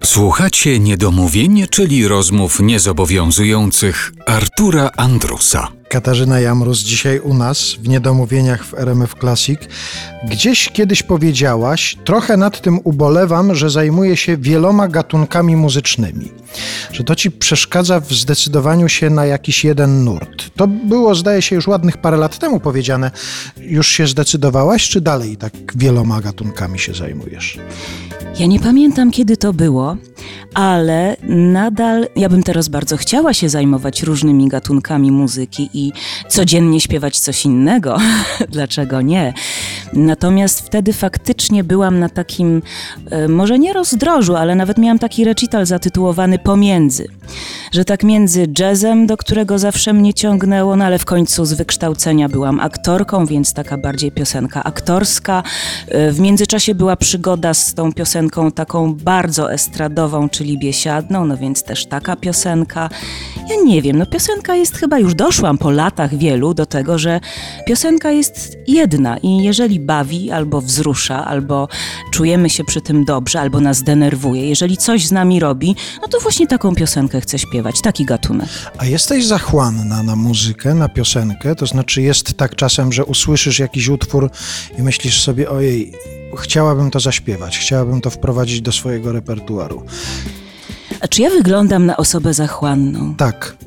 Słuchacie Niedomówień, czyli rozmów niezobowiązujących Artura Andrusa. Katarzyna Jamrus dzisiaj u nas w Niedomówieniach w RMF Classic. Gdzieś kiedyś powiedziałaś, trochę nad tym ubolewam, że zajmuję się wieloma gatunkami muzycznymi. Że to ci przeszkadza w zdecydowaniu się na jakiś jeden nurt. To było, zdaje się, już ładnych parę lat temu powiedziane. Już się zdecydowałaś, czy dalej tak wieloma gatunkami się zajmujesz? Ja nie pamiętam, kiedy to było, ale nadal ja bym teraz bardzo chciała się zajmować różnymi gatunkami muzyki i codziennie śpiewać coś innego. Dlaczego nie? Natomiast wtedy faktycznie byłam na takim, może nie rozdrożu, ale nawet miałam taki recital zatytułowany Pomiędzy. Że tak między jazzem, do którego zawsze mnie ciągnęło, no ale w końcu z wykształcenia byłam aktorką, więc taka bardziej piosenka aktorska. W międzyczasie była przygoda z tą piosenką taką bardzo estradową, czyli biesiadną, no więc też taka piosenka. Ja nie wiem, no piosenka jest chyba, już doszłam po latach wielu do tego, że piosenka jest jedna i jeżeli bawi, albo wzrusza, albo czujemy się przy tym dobrze, albo nas denerwuje, jeżeli coś z nami robi, no to właśnie taką piosenkę chcę śpiewać, taki gatunek. A jesteś zachłanna na muzykę, na piosenkę? To znaczy jest tak czasem, że usłyszysz jakiś utwór i myślisz sobie, ojej, chciałabym to zaśpiewać, chciałabym to wprowadzić do swojego repertuaru. A czy ja wyglądam na osobę zachłanną? Tak.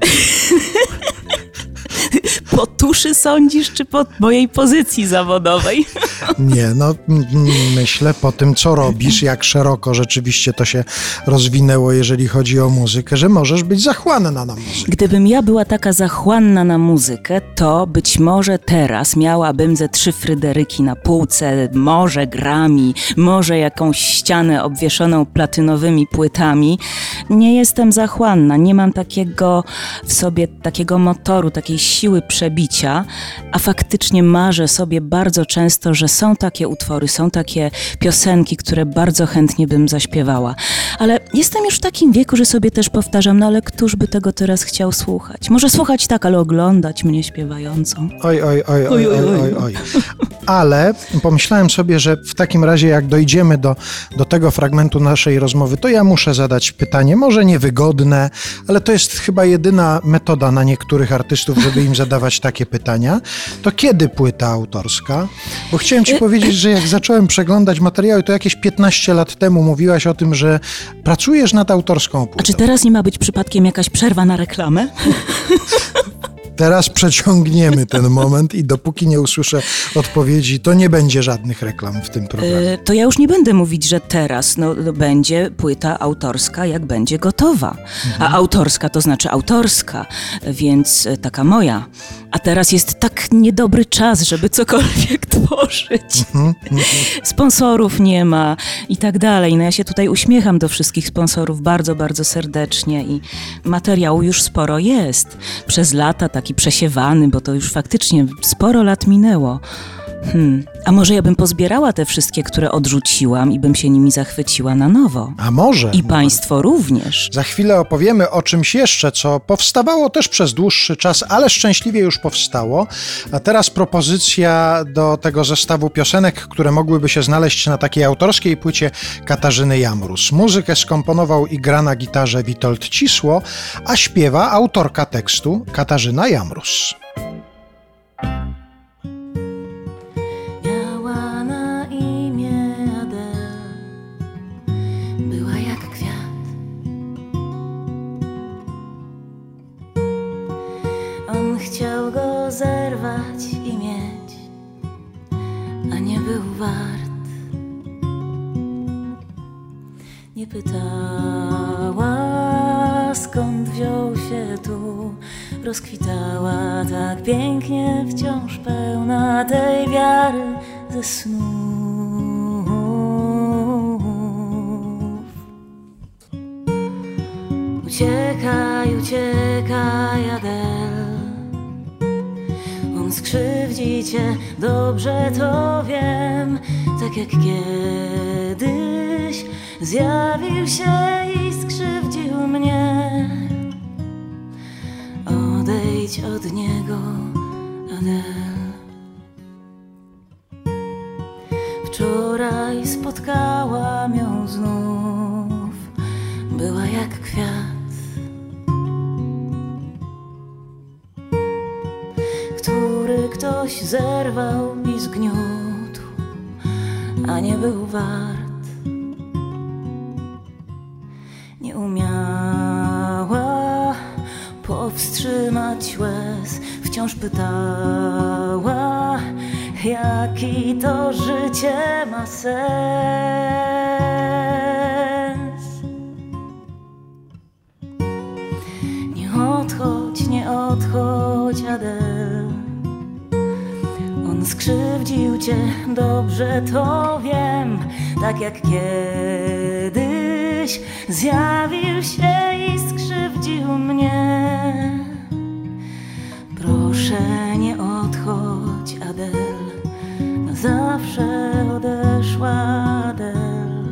Po tuszy sądzisz, czy po mojej pozycji zawodowej? Nie, no myślę po tym, co robisz, jak szeroko rzeczywiście to się rozwinęło, jeżeli chodzi o muzykę, że możesz być zachłanna na muzykę. Gdybym ja była taka zachłanna na muzykę, to być może teraz miałabym ze 3 Fryderyki na półce, może Grammy, może jakąś ścianę obwieszoną platynowymi płytami. Nie jestem zachłanna, nie mam takiego w sobie, takiego motoru, takiej siły przebicia, a faktycznie marzę sobie bardzo często, że są takie utwory, są takie piosenki, które bardzo chętnie bym zaśpiewała. Ale jestem już w takim wieku, że sobie też powtarzam, no ale któż by tego teraz chciał słuchać? Może słuchać tak, ale oglądać mnie śpiewającą. Oj. Ale pomyślałem sobie, że w takim razie jak dojdziemy do tego fragmentu naszej rozmowy, to ja muszę zadać pytanie, może niewygodne, ale to jest chyba jedyna metoda na niektórych artystów, żeby im zadawać takie pytania. To kiedy płyta autorska? Bo chciałem ci powiedzieć, że jak zacząłem przeglądać materiały, to jakieś 15 lat temu mówiłaś o tym, że pracujesz nad autorską płytą. A czy teraz nie ma być przypadkiem jakaś przerwa na reklamę? Teraz przeciągniemy ten moment i dopóki nie usłyszę odpowiedzi, to nie będzie żadnych reklam w tym programie. To ja już nie będę mówić, że teraz będzie płyta autorska, jak będzie gotowa. A autorska to znaczy autorska, więc taka moja. A teraz jest tak niedobry czas, żeby cokolwiek tworzyć. Sponsorów nie ma i tak dalej. No ja się tutaj uśmiecham do wszystkich sponsorów bardzo, bardzo serdecznie i materiału już sporo jest. Przez lata taki przesiewany, bo to już faktycznie sporo lat minęło. A może ja bym pozbierała te wszystkie, które odrzuciłam i bym się nimi zachwyciła na nowo. A może? I państwo również. Za chwilę opowiemy o czymś jeszcze, co powstawało też przez dłuższy czas, ale szczęśliwie już powstało. A teraz propozycja do tego zestawu piosenek, które mogłyby się znaleźć na takiej autorskiej płycie Katarzyny Jamrus. Muzykę skomponował i gra na gitarze Witold Cisło, a śpiewa autorka tekstu Katarzyna Jamrus. Chciał go zerwać i mieć, a nie był wart. Nie pytała, skąd wziął się tu, rozkwitała tak pięknie, wciąż pełna tej wiary ze snów. Uciekaj, uciekaj, Adel. On skrzywdzi cię, dobrze to wiem, tak jak kiedyś zjawił się i skrzywdził mnie. Odejdź od niego, Adel. Wczoraj spotkałam ją znów zerwał i zgniótł, a nie był wart. Nie umiała powstrzymać łez, wciąż pytała, jaki to życie ma sens. Nie odchodź, Adele. On skrzywdził cię, dobrze to wiem, tak jak kiedyś zjawił się i skrzywdził mnie. Proszę, nie odchodź, Adele, na zawsze odeszła Adele.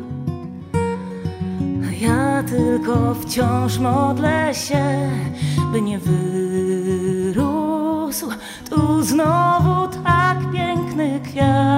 A ja tylko wciąż modlę się, by nie wyrósł tu znowu tak piękny kwiat.